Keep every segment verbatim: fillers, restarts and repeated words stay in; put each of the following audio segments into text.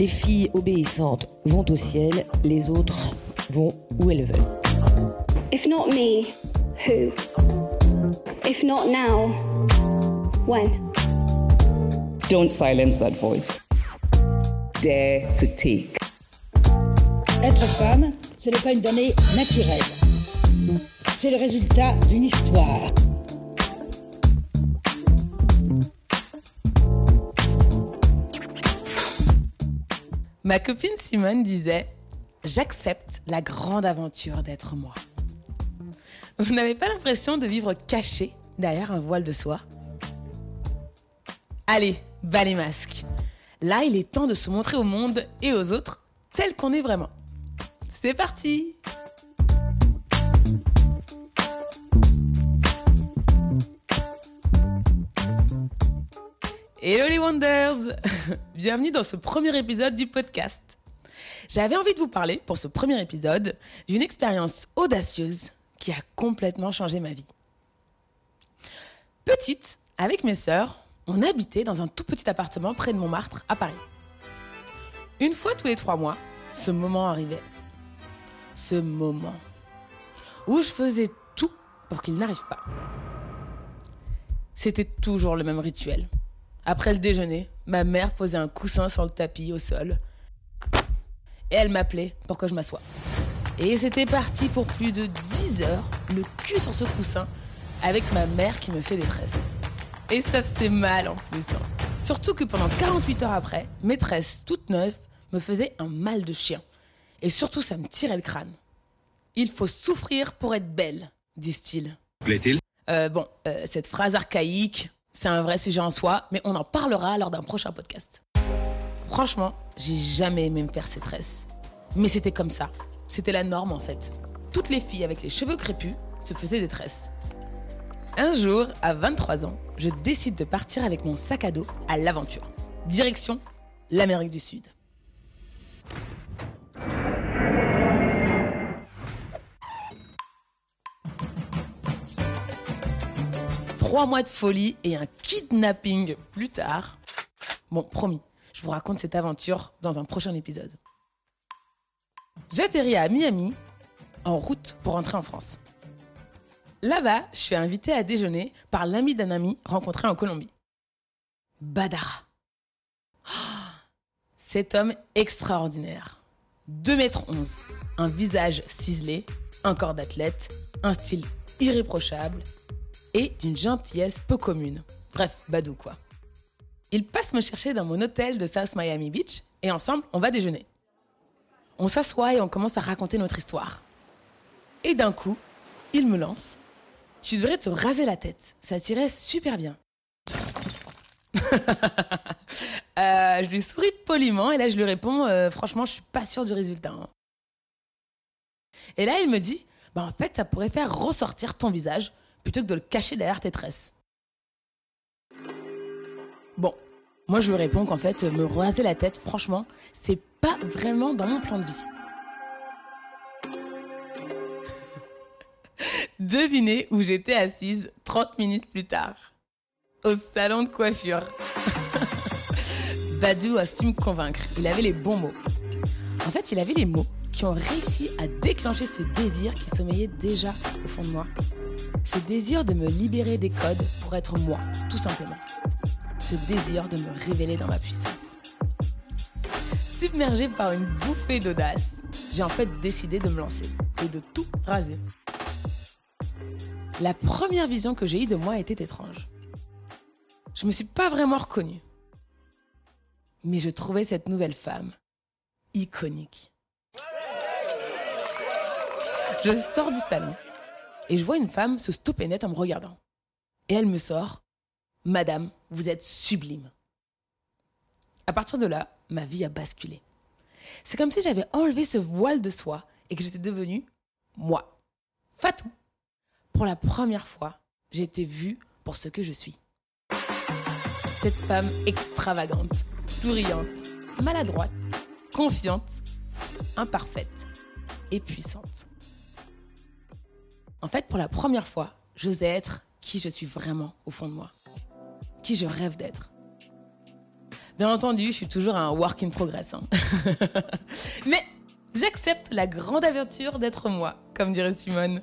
Les filles obéissantes vont au ciel, les autres vont où elles veulent. If not me, who? If not now, when? Don't silence that voice. Dare to take. Être femme, ce n'est pas une donnée naturelle. C'est le résultat d'une histoire. Ma copine Simone disait « J'accepte la grande aventure d'être moi ». Vous n'avez pas l'impression de vivre caché derrière un voile de soie ? Allez, bas les masques. Là, il est temps de se montrer au monde et aux autres tel qu'on est vraiment. C'est parti ! Hello les Wonders! Bienvenue dans ce premier épisode du podcast. J'avais envie de vous parler, pour ce premier épisode, d'une expérience audacieuse qui a complètement changé ma vie. Petite, avec mes sœurs, on habitait dans un tout petit appartement près de Montmartre, à Paris. Une fois tous les trois mois, ce moment arrivait. Ce moment où je faisais tout pour qu'il n'arrive pas. C'était toujours le même rituel. Après le déjeuner, ma mère posait un coussin sur le tapis au sol et elle m'appelait pour que je m'assoie. Et c'était parti pour plus de dix heures, le cul sur ce coussin, avec ma mère qui me fait des tresses. Et ça faisait mal en plus. Hein. Surtout que pendant quarante-huit heures après, mes tresses toutes neuves me faisaient un mal de chien. Et surtout, ça me tirait le crâne. Il faut souffrir pour être belle, disent-ils. Plaît-il ? euh, Bon, euh, cette phrase archaïque, c'est un vrai sujet en soi, mais on en parlera lors d'un prochain podcast. Franchement, j'ai jamais aimé me faire ces tresses. Mais c'était comme ça. C'était la norme en fait. Toutes les filles avec les cheveux crépus se faisaient des tresses. Un jour, à vingt-trois ans, je décide de partir avec mon sac à dos à l'aventure. Direction l'Amérique du Sud. Trois mois de folie et un kidnapping plus tard. Bon, promis, je vous raconte cette aventure dans un prochain épisode. J'atterris à Miami, en route pour rentrer en France. Là-bas, je suis invitée à déjeuner par l'ami d'un ami rencontré en Colombie. Badara. Cet homme extraordinaire. deux mètres onze, un visage ciselé, un corps d'athlète, un style irréprochable et d'une gentillesse peu commune. Bref, Badou quoi. Il passe me chercher dans mon hôtel de South Miami Beach et ensemble, on va déjeuner. On s'assoit et on commence à raconter notre histoire. Et d'un coup, il me lance « Tu devrais te raser la tête, ça t'irait super bien. » euh, Je lui souris poliment et là je lui réponds euh, « Franchement, je suis pas sûre du résultat. Hein. » Et là, il me dit bah, « En fait, ça pourrait faire ressortir ton visage plutôt que de le cacher derrière tes tresses. » Bon, moi je lui réponds qu'en fait, me raser la tête, franchement, c'est pas vraiment dans mon plan de vie. Devinez où j'étais assise trente minutes plus tard. Au salon de coiffure. Badou a su me convaincre. Il avait les bons mots. En fait, il avait les mots qui ont réussi à déclencher ce désir qui sommeillait déjà au fond de moi. Ce désir de me libérer des codes pour être moi, tout simplement. Ce désir de me révéler dans ma puissance. Submergée par une bouffée d'audace, j'ai en fait décidé de me lancer et de tout raser. La première vision que j'ai eue de moi était étrange. Je me suis pas vraiment reconnue. Mais je trouvais cette nouvelle femme iconique. Je sors du salon et je vois une femme se stopper net en me regardant. Et elle me sort « Madame, vous êtes sublime ». À partir de là, ma vie a basculé. C'est comme si j'avais enlevé ce voile de soie et que j'étais devenue moi, Fatou. Pour la première fois, j'ai été vue pour ce que je suis. Cette femme extravagante, souriante, maladroite, confiante, imparfaite et puissante. En fait, pour la première fois, j'osais être qui je suis vraiment au fond de moi, qui je rêve d'être. Bien entendu, je suis toujours un work in progress. Hein. Mais j'accepte la grande aventure d'être moi, comme dirait Simone.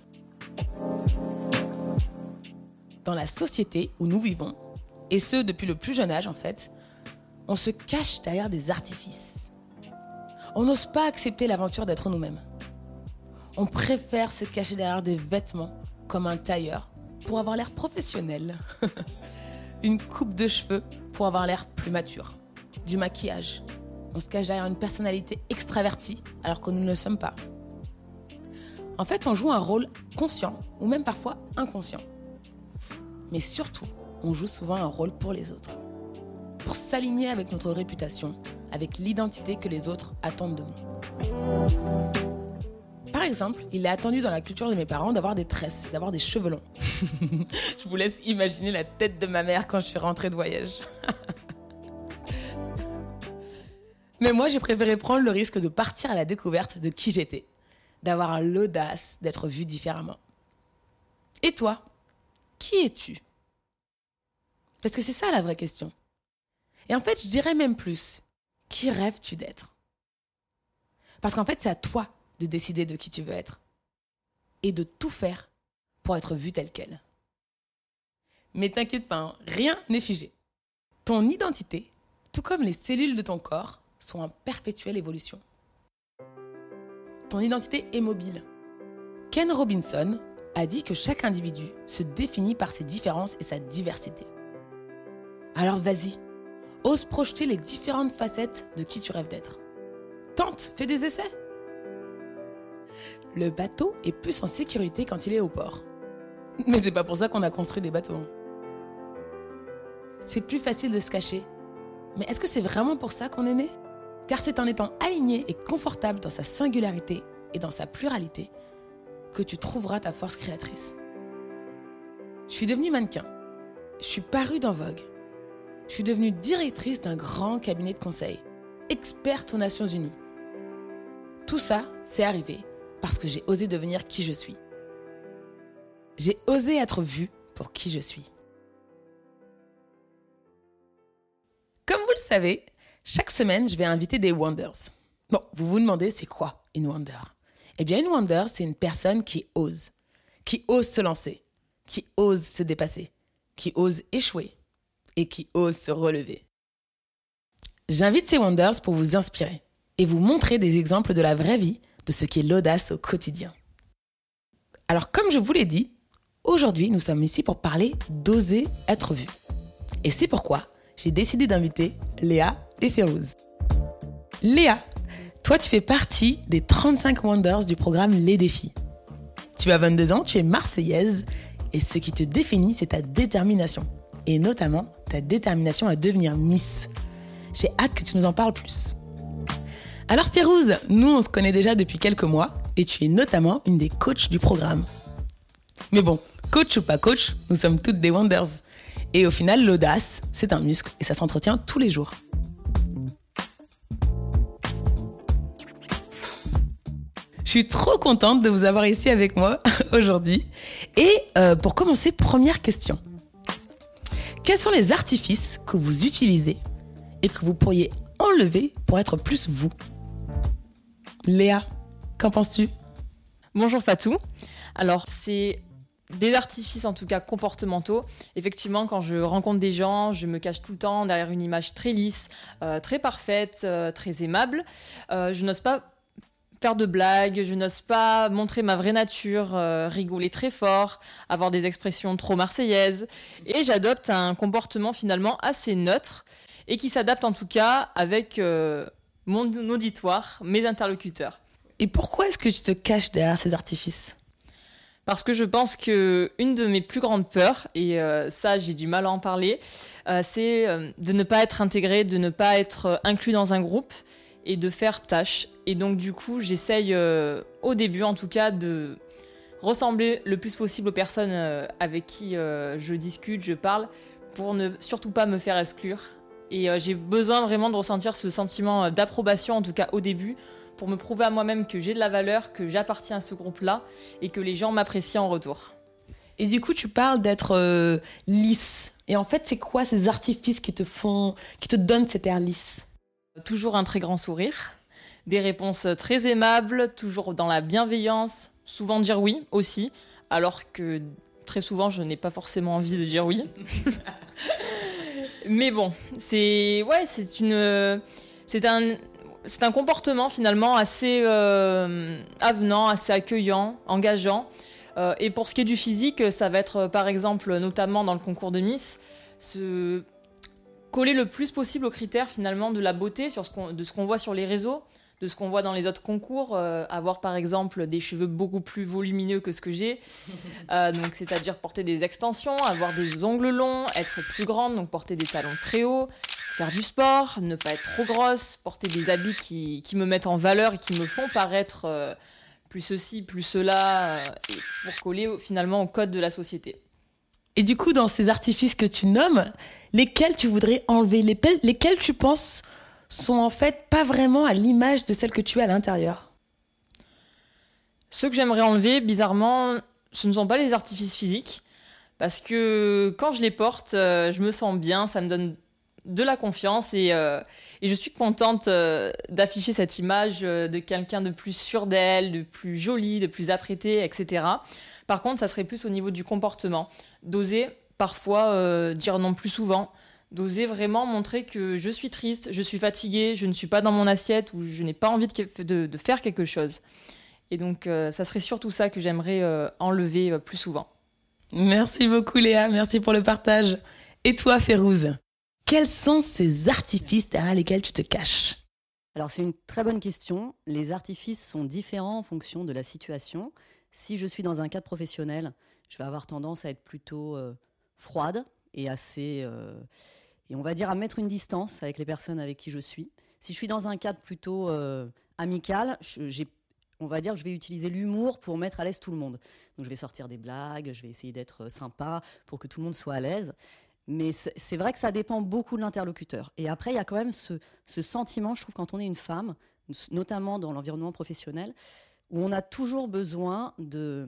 Dans la société où nous vivons, et ce depuis le plus jeune âge en fait, on se cache derrière des artifices. On n'ose pas accepter l'aventure d'être nous-mêmes. On préfère se cacher derrière des vêtements comme un tailleur pour avoir l'air professionnel. Une coupe de cheveux pour avoir l'air plus mature. Du maquillage. On se cache derrière une personnalité extravertie alors que nous ne le sommes pas. En fait, on joue un rôle conscient ou même parfois inconscient. Mais surtout, on joue souvent un rôle pour les autres. Pour s'aligner avec notre réputation, avec l'identité que les autres attendent de nous. Par exemple, il est attendu dans la culture de mes parents d'avoir des tresses, d'avoir des cheveux longs. Je vous laisse imaginer la tête de ma mère quand je suis rentrée de voyage. Mais moi, j'ai préféré prendre le risque de partir à la découverte de qui j'étais, d'avoir l'audace d'être vue différemment. Et toi, qui es-tu ? Parce que c'est ça la vraie question. Et en fait, je dirais même plus, qui rêves-tu d'être ? Parce qu'en fait, c'est à toi de décider de qui tu veux être. Et de tout faire pour être vue telle qu'elle. Mais t'inquiète pas, hein, rien n'est figé. Ton identité, tout comme les cellules de ton corps, sont en perpétuelle évolution. Ton identité est mobile. Ken Robinson a dit que chaque individu se définit par ses différences et sa diversité. Alors vas-y, ose projeter les différentes facettes de qui tu rêves d'être. Tente, fais des essais. Le bateau est plus en sécurité quand il est au port. Mais c'est pas pour ça qu'on a construit des bateaux. C'est plus facile de se cacher. Mais est-ce que c'est vraiment pour ça qu'on est né ? Car c'est en étant aligné et confortable dans sa singularité et dans sa pluralité que tu trouveras ta force créatrice. Je suis devenue mannequin. Je suis parue dans Vogue. Je suis devenue directrice d'un grand cabinet de conseil, experte aux Nations Unies. Tout ça, c'est arrivé parce que j'ai osé devenir qui je suis. J'ai osé être vue pour qui je suis. Comme vous le savez, chaque semaine, je vais inviter des Wonders. Bon, vous vous demandez, c'est quoi une Wonder ? Eh bien, une Wonder, c'est une personne qui ose, qui ose se lancer, qui ose se dépasser, qui ose échouer et qui ose se relever. J'invite ces Wonders pour vous inspirer et vous montrer des exemples de la vraie vie, de ce qu'est l'audace au quotidien. Alors, comme je vous l'ai dit, aujourd'hui, nous sommes ici pour parler d'oser être vu. Et c'est pourquoi j'ai décidé d'inviter Léa et Férouz. Léa, toi, tu fais partie des trente-cinq Wonders du programme Les Défis. Tu as vingt-deux ans, tu es marseillaise et ce qui te définit, c'est ta détermination. Et notamment, ta détermination à devenir Miss. J'ai hâte que tu nous en parles plus. Alors Férouz, nous on se connaît déjà depuis quelques mois et tu es notamment une des coachs du programme. Mais bon, coach ou pas coach, nous sommes toutes des Wonders. Et au final, l'audace, c'est un muscle et ça s'entretient tous les jours. Je suis trop contente de vous avoir ici avec moi aujourd'hui. Et euh, pour commencer, première question. Quels sont les artifices que vous utilisez et que vous pourriez enlever pour être plus vous ? Léa, qu'en penses-tu ? Bonjour Fatou. Alors, c'est des artifices en tout cas comportementaux. Effectivement, quand je rencontre des gens, je me cache tout le temps derrière une image très lisse, euh, très parfaite, euh, très aimable. Euh, je n'ose pas faire de blagues, je n'ose pas montrer ma vraie nature, euh, rigoler très fort, avoir des expressions trop marseillaises. Et j'adopte un comportement finalement assez neutre et qui s'adapte en tout cas avec euh, mon auditoire, mes interlocuteurs. Et pourquoi est-ce que tu te caches derrière ces artifices ? Parce que je pense qu'une de mes plus grandes peurs, et euh, ça j'ai du mal à en parler, euh, c'est euh, de ne pas être intégré, de ne pas être euh, inclus dans un groupe et de faire tâche. Et donc du coup j'essaye, euh, au début en tout cas, de ressembler le plus possible aux personnes euh, avec qui euh, je discute, je parle, pour ne surtout pas me faire exclure. Et euh, j'ai besoin vraiment de ressentir ce sentiment d'approbation, en tout cas au début, pour me prouver à moi-même que j'ai de la valeur, que j'appartiens à ce groupe-là et que les gens m'apprécient en retour. Et du coup, tu parles d'être euh, lisse. Et en fait, c'est quoi ces artifices qui te font, qui te donnent cet air lisse ? Toujours un très grand sourire, des réponses très aimables, toujours dans la bienveillance, souvent dire oui aussi, alors que très souvent je n'ai pas forcément envie de dire oui. Mais bon, c'est ouais, c'est une, c'est un, c'est un comportement finalement assez euh, avenant, assez accueillant, engageant. Euh, et pour ce qui est du physique, ça va être par exemple, notamment dans le concours de Miss, se coller le plus possible aux critères finalement de la beauté, sur ce qu'on, de ce qu'on voit sur les réseaux, de ce qu'on voit dans les autres concours, euh, avoir par exemple des cheveux beaucoup plus volumineux que ce que j'ai, euh, donc c'est-à-dire porter des extensions, avoir des ongles longs, être plus grande, donc porter des talons très hauts, faire du sport, ne pas être trop grosse, porter des habits qui, qui me mettent en valeur et qui me font paraître euh, plus ceci, plus cela, euh, et pour coller au, finalement au code de la société. Et du coup, dans ces artifices que tu nommes, lesquels tu voudrais enlever, lesquels, lesquels tu penses sont en fait pas vraiment à l'image de celle que tu es à l'intérieur ? Ceux que j'aimerais enlever, bizarrement, ce ne sont pas les artifices physiques, parce que quand je les porte, euh, je me sens bien, ça me donne de la confiance et, euh, et je suis contente euh, d'afficher cette image euh, de quelqu'un de plus sûr d'elle, de plus jolie, de plus apprêtée, et cetera. Par contre, ça serait plus au niveau du comportement, d'oser parfois euh, dire non plus souvent, d'oser vraiment montrer que je suis triste, je suis fatiguée, je ne suis pas dans mon assiette ou je n'ai pas envie de, de, de faire quelque chose. Et donc, euh, ça serait surtout ça que j'aimerais euh, enlever euh, plus souvent. Merci beaucoup Léa, merci pour le partage. Et toi Férouz, quels sont ces artifices derrière lesquels tu te caches ? Alors c'est une très bonne question. Les artifices sont différents en fonction de la situation. Si je suis dans un cadre professionnel, je vais avoir tendance à être plutôt euh, froide et assez... Euh, et on va dire à mettre une distance avec les personnes avec qui je suis. Si je suis dans un cadre plutôt euh, amical, je, j'ai, on va dire que je vais utiliser l'humour pour mettre à l'aise tout le monde. Donc je vais sortir des blagues, je vais essayer d'être sympa pour que tout le monde soit à l'aise. Mais c'est, c'est vrai que ça dépend beaucoup de l'interlocuteur. Et après, il y a quand même ce, ce sentiment, je trouve, quand on est une femme, notamment dans l'environnement professionnel, où on a toujours besoin de,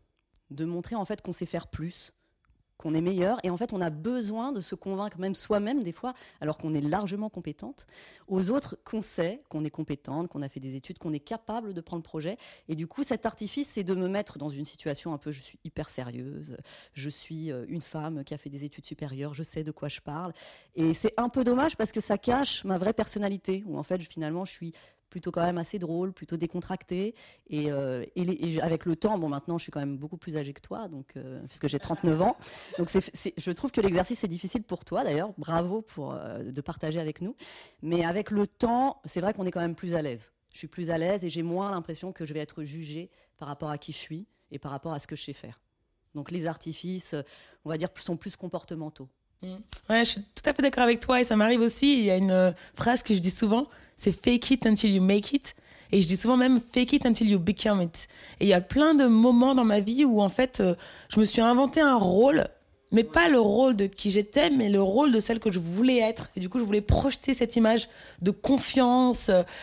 de montrer en fait qu'on sait faire plus, qu'on est meilleur. Et en fait, on a besoin de se convaincre, même soi-même des fois, alors qu'on est largement compétente, aux autres qu'on sait qu'on est compétente, qu'on a fait des études, qu'on est capable de prendre le projet. Et du coup, cet artifice, c'est de me mettre dans une situation un peu, je suis hyper sérieuse, je suis une femme qui a fait des études supérieures, je sais de quoi je parle. Et c'est un peu dommage parce que ça cache ma vraie personnalité, où en fait, finalement, je suis plutôt quand même assez drôle, plutôt décontractée. Et, euh, et, les, et avec le temps, bon, maintenant, je suis quand même beaucoup plus âgée que toi, donc, euh, puisque j'ai trente-neuf ans. Donc, c'est, c'est, je trouve que l'exercice est difficile pour toi, d'ailleurs. Bravo pour, euh, de partager avec nous. Mais avec le temps, c'est vrai qu'on est quand même plus à l'aise. Je suis plus à l'aise et j'ai moins l'impression que je vais être jugée par rapport à qui je suis et par rapport à ce que je sais faire. Donc, les artifices, on va dire, sont plus comportementaux. Mmh. Ouais, je suis tout à fait d'accord avec toi et ça m'arrive aussi. Il y a une euh, phrase que je dis souvent, c'est fake it until you make it. Et je dis souvent même fake it until you become it. Et il y a plein de moments dans ma vie où en fait, euh, je me suis inventé un rôle, mais pas le rôle de qui j'étais, mais le rôle de celle que je voulais être. Et du coup, je voulais projeter cette image de confiance,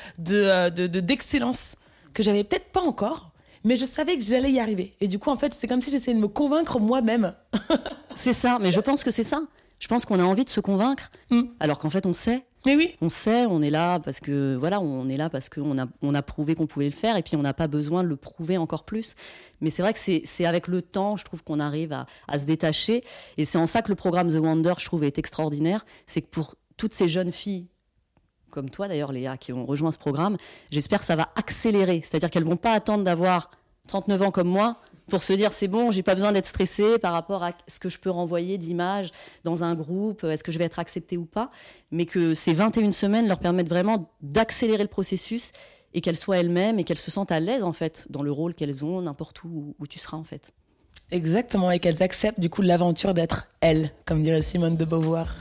de, de, de d'excellence que j'avais peut-être pas encore. Mais je savais que j'allais y arriver. Et du coup, en fait, c'est comme si j'essayais de me convaincre moi-même. C'est ça, mais je pense que c'est ça. Je pense qu'on a envie de se convaincre, mm. alors qu'en fait, on sait. Mais oui. On sait, on est là parce que voilà, on est là parce qu'on a, on a prouvé qu'on pouvait le faire et puis on n'a pas besoin de le prouver encore plus. Mais c'est vrai que c'est, c'est avec le temps, je trouve qu'on arrive à, à se détacher. Et c'est en ça que le programme The Wonder, je trouve, est extraordinaire. C'est que pour toutes ces jeunes filles, comme toi d'ailleurs, Léa, qui ont rejoint ce programme, j'espère que ça va accélérer. C'est-à-dire qu'elles ne vont pas attendre d'avoir trente-neuf ans comme moi pour se dire c'est bon, j'ai pas besoin d'être stressée par rapport à ce que je peux renvoyer d'images dans un groupe, est-ce que je vais être acceptée ou pas, mais que ces vingt et une semaines leur permettent vraiment d'accélérer le processus et qu'elles soient elles-mêmes et qu'elles se sentent à l'aise en fait dans le rôle qu'elles ont n'importe où où tu seras en fait. Exactement, et qu'elles acceptent du coup l'aventure d'être elles, comme dirait Simone de Beauvoir.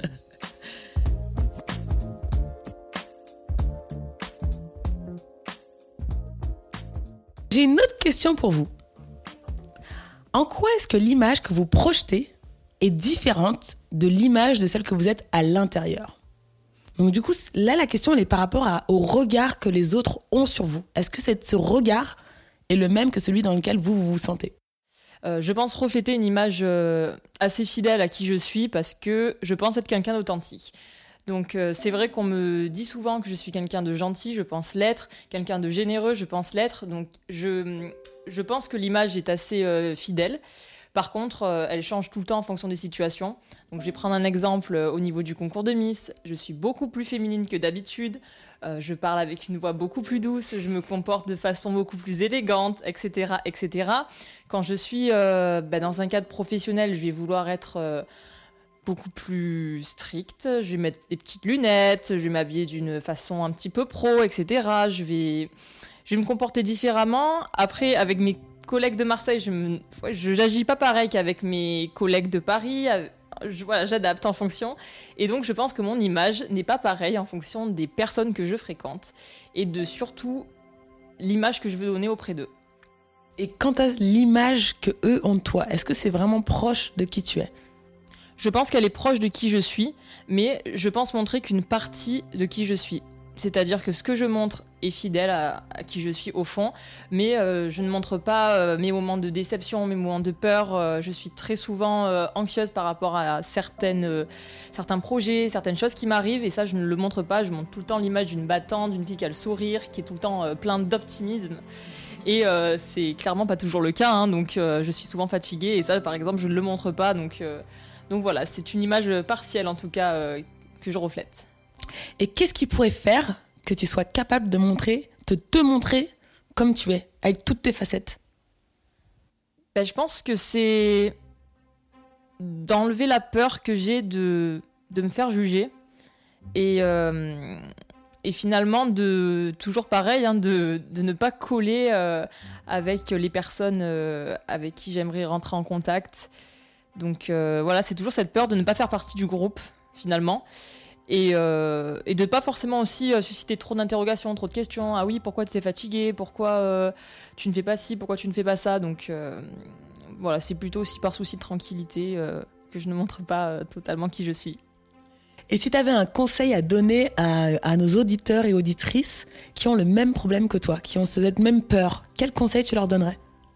J'ai une autre question pour vous. En quoi est-ce que l'image que vous projetez est différente de l'image de celle que vous êtes à l'intérieur ? Donc du coup, là, la question, elle est par rapport à, au regard que les autres ont sur vous. Est-ce que c'est, ce regard est le même que celui dans lequel vous vous, vous sentez ? euh, je pense refléter une image euh, assez fidèle à qui je suis parce que je pense être quelqu'un d'authentique. Donc euh, c'est vrai qu'on me dit souvent que je suis quelqu'un de gentil, je pense l'être, quelqu'un de généreux, je pense l'être. Donc je, je pense que l'image est assez euh, fidèle. Par contre, euh, elle change tout le temps en fonction des situations. Donc je vais prendre un exemple euh, au niveau du concours de Miss. Je suis beaucoup plus féminine que d'habitude. Euh, je parle avec une voix beaucoup plus douce. Je me comporte de façon beaucoup plus élégante, et cetera, et cetera. Quand je suis euh, bah, dans un cadre professionnel, je vais vouloir être euh, beaucoup plus stricte. Je vais mettre des petites lunettes. Je vais m'habiller d'une façon un petit peu pro, et cetera. Je vais, je vais me comporter différemment. Après, avec mes collègues de Marseille, je me, je j'agis pas pareil qu'avec mes collègues de Paris. Je, voilà, j'adapte en fonction. Et donc, je pense que mon image n'est pas pareille en fonction des personnes que je fréquente et de surtout l'image que je veux donner auprès d'eux. Et quant à l'image que eux ont de toi, est-ce que c'est vraiment proche de qui tu es ? Je pense qu'elle est proche de qui je suis, mais je pense montrer qu'une partie de qui je suis. C'est-à-dire que ce que je montre est fidèle à, à qui je suis au fond, mais euh, je ne montre pas euh, mes moments de déception, mes moments de peur. Euh, je suis très souvent euh, anxieuse par rapport à certaines, euh, certains projets, certaines choses qui m'arrivent, et ça, je ne le montre pas. Je montre tout le temps l'image d'une battante, d'une fille qui a le sourire, qui est tout le temps euh, plein d'optimisme. Et euh, c'est clairement pas toujours le cas, hein, donc euh, je suis souvent fatiguée, et ça, par exemple, je ne le montre pas. Donc, euh, donc voilà, c'est une image partielle, en tout cas, euh, que je reflète. Et qu'est-ce qui pourrait faire que tu sois capable de montrer, de te montrer comme tu es, avec toutes tes facettes ? Ben, je pense que c'est d'enlever la peur que j'ai de, de me faire juger. Et, euh, et finalement, de, toujours pareil, hein, de, de ne pas coller euh, avec les personnes euh, avec qui j'aimerais rentrer en contact. Donc euh, voilà, c'est toujours cette peur de ne pas faire partie du groupe, finalement. Et, euh, et de pas forcément aussi euh, susciter trop d'interrogations, trop de questions. Ah oui, pourquoi tu es fatigué ? Pourquoi euh, tu ne fais pas ci ? Pourquoi tu ne fais pas ça ? Donc euh, voilà, c'est plutôt aussi par souci de tranquillité euh, que je ne montre pas euh, totalement qui je suis. Et si tu avais un conseil à donner à, à nos auditeurs et auditrices qui ont le même problème que toi, qui ont cette même peur, quel conseil tu leur donnerais ?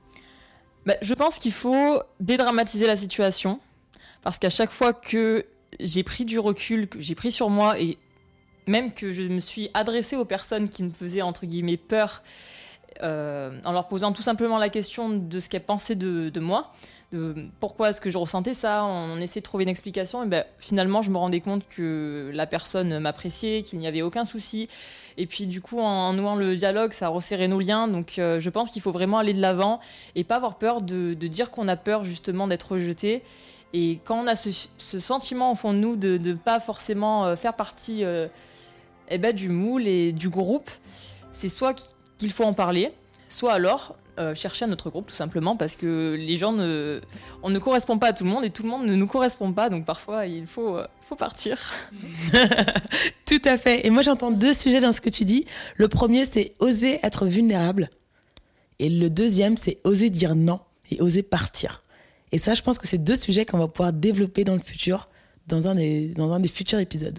Bah, je pense qu'il faut dédramatiser la situation, parce qu'à chaque fois que j'ai pris du recul, que j'ai pris sur moi, et même que je me suis adressée aux personnes qui me faisaient entre guillemets peur, euh, en leur posant tout simplement la question de ce qu'elles pensaient de, de moi, de pourquoi est-ce que je ressentais ça, on essayait de trouver une explication, et ben, finalement je me rendais compte que la personne m'appréciait, qu'il n'y avait aucun souci, et puis du coup en nouant le dialogue, ça a resserré nos liens. Donc euh, je pense qu'il faut vraiment aller de l'avant et pas avoir peur de, de dire qu'on a peur justement d'être rejeté. Et quand on a ce, ce sentiment au fond de nous de ne pas forcément faire partie euh, eh ben, du moule et du groupe, c'est soit qu'il faut en parler, soit alors euh, chercher un autre groupe tout simplement, parce que les gens, ne, on ne correspond pas à tout le monde et tout le monde ne nous correspond pas, donc parfois il faut, euh, faut partir. Tout à fait. Et moi j'entends deux sujets dans ce que tu dis. Le premier, c'est oser être vulnérable, et le deuxième, c'est oser dire non et oser partir. Et ça, je pense que c'est deux sujets qu'on va pouvoir développer dans le futur, dans un des, dans un des futurs épisodes.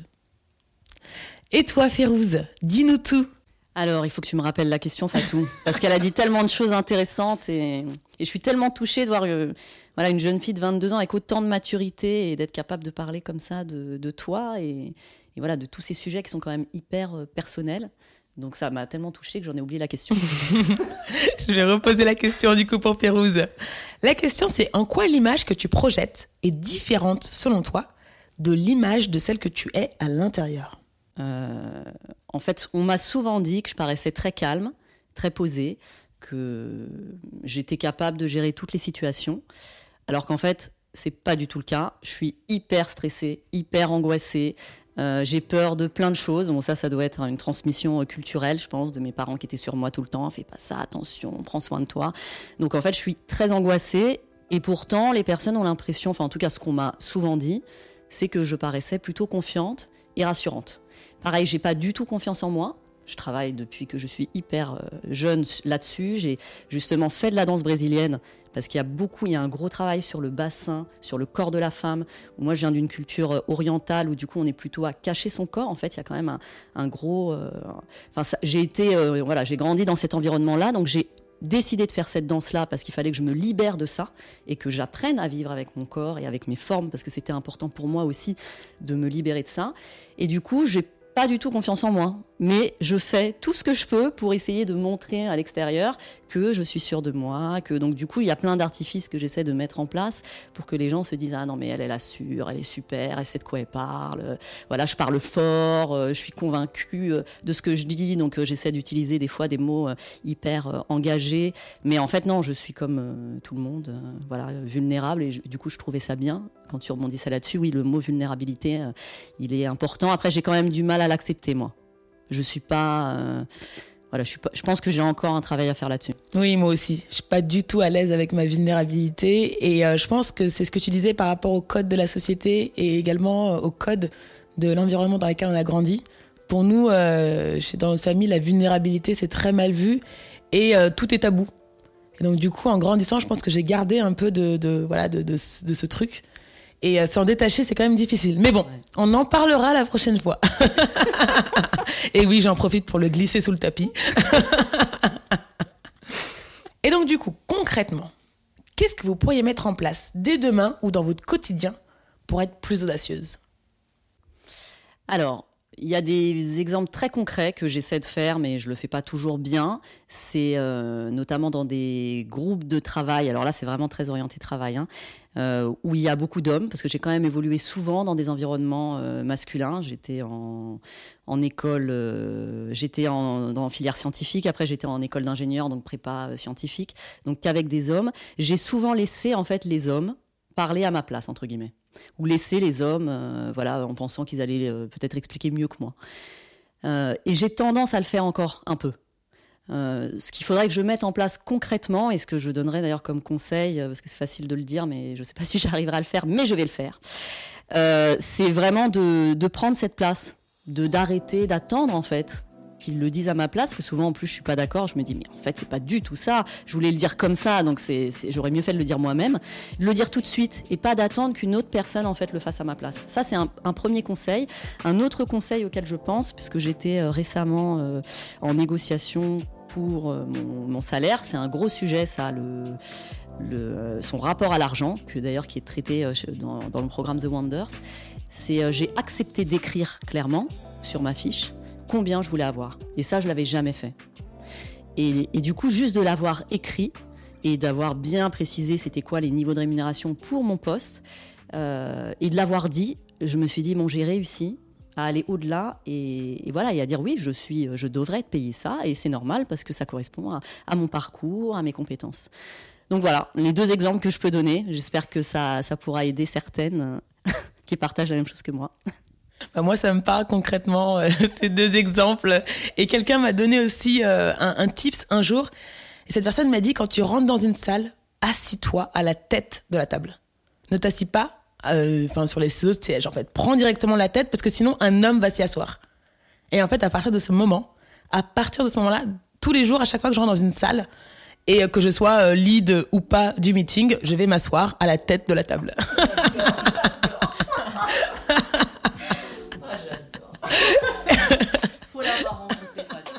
Et toi, Férouz, dis-nous tout. Alors, il faut que tu me rappelles la question, Fatou, parce qu'elle a dit tellement de choses intéressantes, et, et je suis tellement touchée de voir euh, voilà, une jeune fille de vingt-deux ans avec autant de maturité et d'être capable de parler comme ça de, de toi et, et voilà, de tous ces sujets qui sont quand même hyper euh, personnels. Donc ça m'a tellement touchée que j'en ai oublié la question. Je vais reposer la question du coup pour Férouz. La question, c'est en quoi l'image que tu projettes est différente, selon toi, de l'image de celle que tu es à l'intérieur ? euh, En fait, on m'a souvent dit que je paraissais très calme, très posée, que j'étais capable de gérer toutes les situations, alors qu'en fait, c'est pas du tout le cas. Je suis hyper stressée, hyper angoissée. Euh, j'ai peur de plein de choses. Bon, ça, ça doit être une transmission euh, culturelle, je pense, de mes parents qui étaient sur moi tout le temps. Fais pas ça, attention, prends soin de toi. Donc, en fait, je suis très angoissée. Et pourtant, les personnes ont l'impression, enfin, en tout cas, ce qu'on m'a souvent dit, c'est que je paraissais plutôt confiante et rassurante. Pareil, j'ai pas du tout confiance en moi. Je travaille depuis que je suis hyper euh, jeune là-dessus. J'ai justement fait de la danse brésilienne parce qu'il y a beaucoup, il y a un gros travail sur le bassin, sur le corps de la femme. Moi, je viens d'une culture orientale où du coup, on est plutôt à cacher son corps. En fait, il y a quand même un, un gros. Euh, enfin, ça, j'ai été, euh, voilà, j'ai grandi dans cet environnement-là, donc j'ai décidé de faire cette danse-là parce qu'il fallait que je me libère de ça et que j'apprenne à vivre avec mon corps et avec mes formes parce que c'était important pour moi aussi de me libérer de ça. Et du coup, j'ai pas du tout confiance en moi, mais je fais tout ce que je peux pour essayer de montrer à l'extérieur que je suis sûre de moi, que donc du coup il y a plein d'artifices que j'essaie de mettre en place pour que les gens se disent ah non mais elle elle assure, elle est super, elle sait de quoi elle parle, voilà je parle fort, je suis convaincue de ce que je dis donc j'essaie d'utiliser des fois des mots hyper engagés, mais en fait non je suis comme tout le monde, voilà vulnérable et je, du coup je trouvais ça bien quand tu rebondissais là-dessus, oui le mot vulnérabilité il est important. Après j'ai quand même du mal à l'accepter moi. Je suis pas, euh, voilà, je suis pas, je pense que j'ai encore un travail à faire là-dessus. Oui, moi aussi. Je suis pas du tout à l'aise avec ma vulnérabilité et euh, je pense que c'est ce que tu disais par rapport au code de la société et également euh, au code de l'environnement dans lequel on a grandi. Pour nous, euh, chez dans notre famille, la vulnérabilité c'est très mal vu et euh, tout est tabou. Et donc du coup, en grandissant, je pense que j'ai gardé un peu de, de voilà, de, de, de ce truc. Et euh, s'en détacher, c'est quand même difficile. Mais bon, ouais. On en parlera la prochaine fois. Et oui, j'en profite pour le glisser sous le tapis. Et donc, du coup, concrètement, qu'est-ce que vous pourriez mettre en place dès demain ou dans votre quotidien pour être plus audacieuse ? Alors, il y a des exemples très concrets que j'essaie de faire, mais je le fais pas toujours bien. C'est euh, notamment dans des groupes de travail. Alors là, c'est vraiment très orienté travail, hein, euh, où il y a beaucoup d'hommes, parce que j'ai quand même évolué souvent dans des environnements euh, masculins. J'étais en, en école, euh, j'étais en, dans filière scientifique. Après, j'étais en école d'ingénieur, donc prépa euh, scientifique. Donc qu'avec des hommes, j'ai souvent laissé en fait les hommes parler à ma place entre guillemets. Ou laisser les hommes, euh, voilà, en pensant qu'ils allaient euh, peut-être expliquer mieux que moi. Euh, et j'ai tendance à le faire encore un peu. Euh, ce qu'il faudrait que je mette en place concrètement, et ce que je donnerais d'ailleurs comme conseil, parce que c'est facile de le dire, mais je ne sais pas si j'arriverai à le faire, mais je vais le faire, euh, c'est vraiment de, de prendre cette place, de, d'arrêter, d'attendre en fait, qu'ils le disent à ma place, que souvent en plus je suis pas d'accord, je me dis mais en fait c'est pas du tout ça, je voulais le dire comme ça, donc c'est, c'est, j'aurais mieux fait de le dire moi-même, de le dire tout de suite et pas d'attendre qu'une autre personne en fait le fasse à ma place. Ça c'est un, un premier conseil. Un autre conseil auquel je pense, puisque j'étais euh, récemment euh, en négociation pour euh, mon, mon salaire, c'est un gros sujet ça, le, le, euh, son rapport à l'argent, que d'ailleurs qui est traité euh, dans, dans le programme The Wonders, c'est euh, j'ai accepté d'écrire clairement sur ma fiche combien je voulais avoir. Et ça, je l'avais jamais fait. Et, et du coup, juste de l'avoir écrit et d'avoir bien précisé c'était quoi les niveaux de rémunération pour mon poste euh, et de l'avoir dit, je me suis dit, bon, j'ai réussi à aller au-delà et, et voilà, et à dire oui, je suis, je devrais être payé ça et c'est normal parce que ça correspond à, à mon parcours, à mes compétences. Donc voilà, les deux exemples que je peux donner. J'espère que ça, ça pourra aider certaines qui partagent la même chose que moi. Bah moi, ça me parle concrètement, euh, ces deux exemples. Et quelqu'un m'a donné aussi euh, un, un tips un jour. Et cette personne m'a dit, quand tu rentres dans une salle, assis-toi à la tête de la table. Ne t'assis pas euh, sur les autres sièges, en fait. Prends directement la tête, parce que sinon, un homme va s'y asseoir. Et en fait, à partir de ce moment, à partir de ce moment-là, tous les jours, à chaque fois que je rentre dans une salle, et que je sois euh, lead ou pas du meeting, je vais m'asseoir à la tête de la table. Faut l'avoir rencontré, Fatima.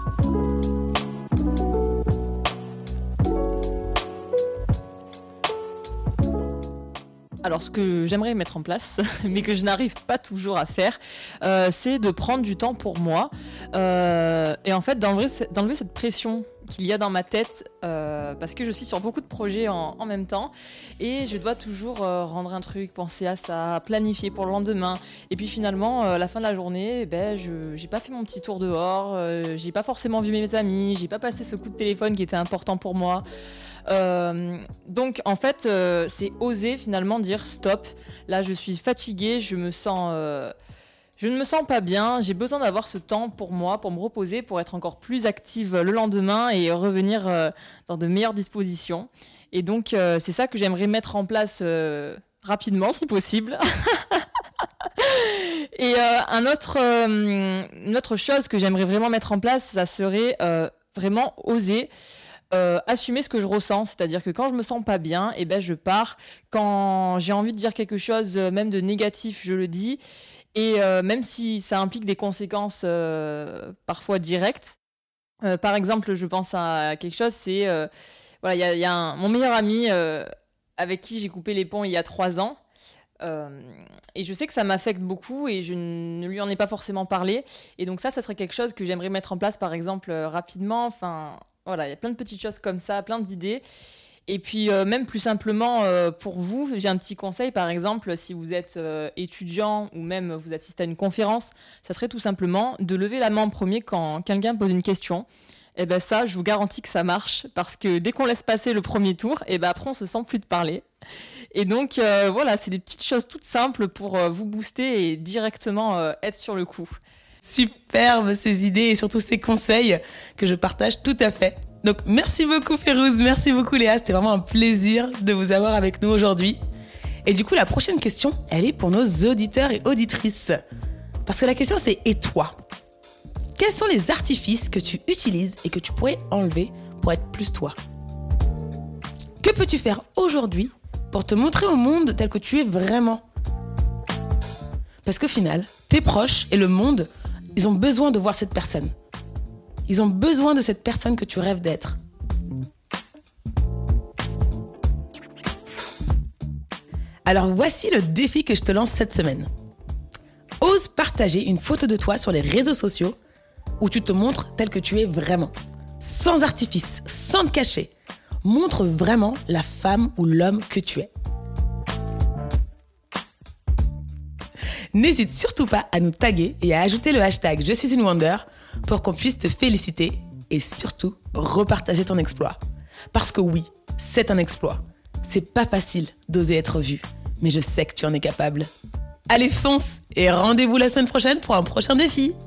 Alors, ce que j'aimerais mettre en place, mais que je n'arrive pas toujours à faire, euh, c'est de prendre du temps pour moi euh, et en fait d'enlever, d'enlever cette pression qu'il y a dans ma tête euh, parce que je suis sur beaucoup de projets en, en même temps et je dois toujours euh, rendre un truc, penser à ça, planifier pour le lendemain et puis finalement euh, la fin de la journée ben, je j'ai pas fait mon petit tour dehors, euh, j'ai pas forcément vu mes amis, j'ai pas passé ce coup de téléphone qui était important pour moi. Euh, donc en fait euh, c'est oser finalement dire stop, là je suis fatiguée, je me sens euh, je ne me sens pas bien, j'ai besoin d'avoir ce temps pour moi, pour me reposer, pour être encore plus active le lendemain et revenir euh, dans de meilleures dispositions. Et donc euh, c'est ça que j'aimerais mettre en place euh, rapidement si possible. Et euh, un autre, euh, une autre chose que j'aimerais vraiment mettre en place, ça serait euh, vraiment oser Euh, assumer ce que je ressens, c'est-à-dire que quand je me sens pas bien, eh ben je pars. Quand j'ai envie de dire quelque chose, euh, même de négatif, je le dis. Et euh, même si ça implique des conséquences euh, parfois directes, Euh, par exemple, je pense à quelque chose, c'est... Euh, voilà, il y a, y a un, mon meilleur ami euh, avec qui j'ai coupé les ponts il y a trois ans. Euh, et je sais que ça m'affecte beaucoup et je ne lui en ai pas forcément parlé. Et donc ça, ça serait quelque chose que j'aimerais mettre en place, par exemple, euh, rapidement. Enfin, voilà, il y a plein de petites choses comme ça, plein d'idées. Et puis, euh, même plus simplement, euh, pour vous, j'ai un petit conseil, par exemple, si vous êtes euh, étudiant ou même vous assistez à une conférence, ça serait tout simplement de lever la main en premier quand quelqu'un pose une question. Et ben ça, je vous garantis que ça marche, parce que dès qu'on laisse passer le premier tour, et ben après, on se sent plus de parler. Et donc, euh, voilà, c'est des petites choses toutes simples pour euh, vous booster et directement euh, être sur le coup. Superbe ces idées et surtout ces conseils que je partage tout à fait. Donc merci beaucoup Férouz, merci beaucoup Léa, c'était vraiment un plaisir de vous avoir avec nous aujourd'hui. Et du coup la prochaine question, elle est pour nos auditeurs et auditrices. Parce que la question c'est « Et toi ?» Quels sont les artifices que tu utilises et que tu pourrais enlever pour être plus toi ? Que peux-tu faire aujourd'hui pour te montrer au monde tel que tu es vraiment ? Parce qu'au final, tes proches et le monde, ils ont besoin de voir cette personne. Ils ont besoin de cette personne que tu rêves d'être. Alors voici le défi que je te lance cette semaine. Ose partager une photo de toi sur les réseaux sociaux où tu te montres tel que tu es vraiment. Sans artifice, sans te cacher. Montre vraiment la femme ou l'homme que tu es. N'hésite surtout pas à nous taguer et à ajouter le hashtag Je suis une Wonder pour qu'on puisse te féliciter et surtout repartager ton exploit. Parce que oui, c'est un exploit. C'est pas facile d'oser être vu, mais je sais que tu en es capable. Allez, fonce et rendez-vous la semaine prochaine pour un prochain défi.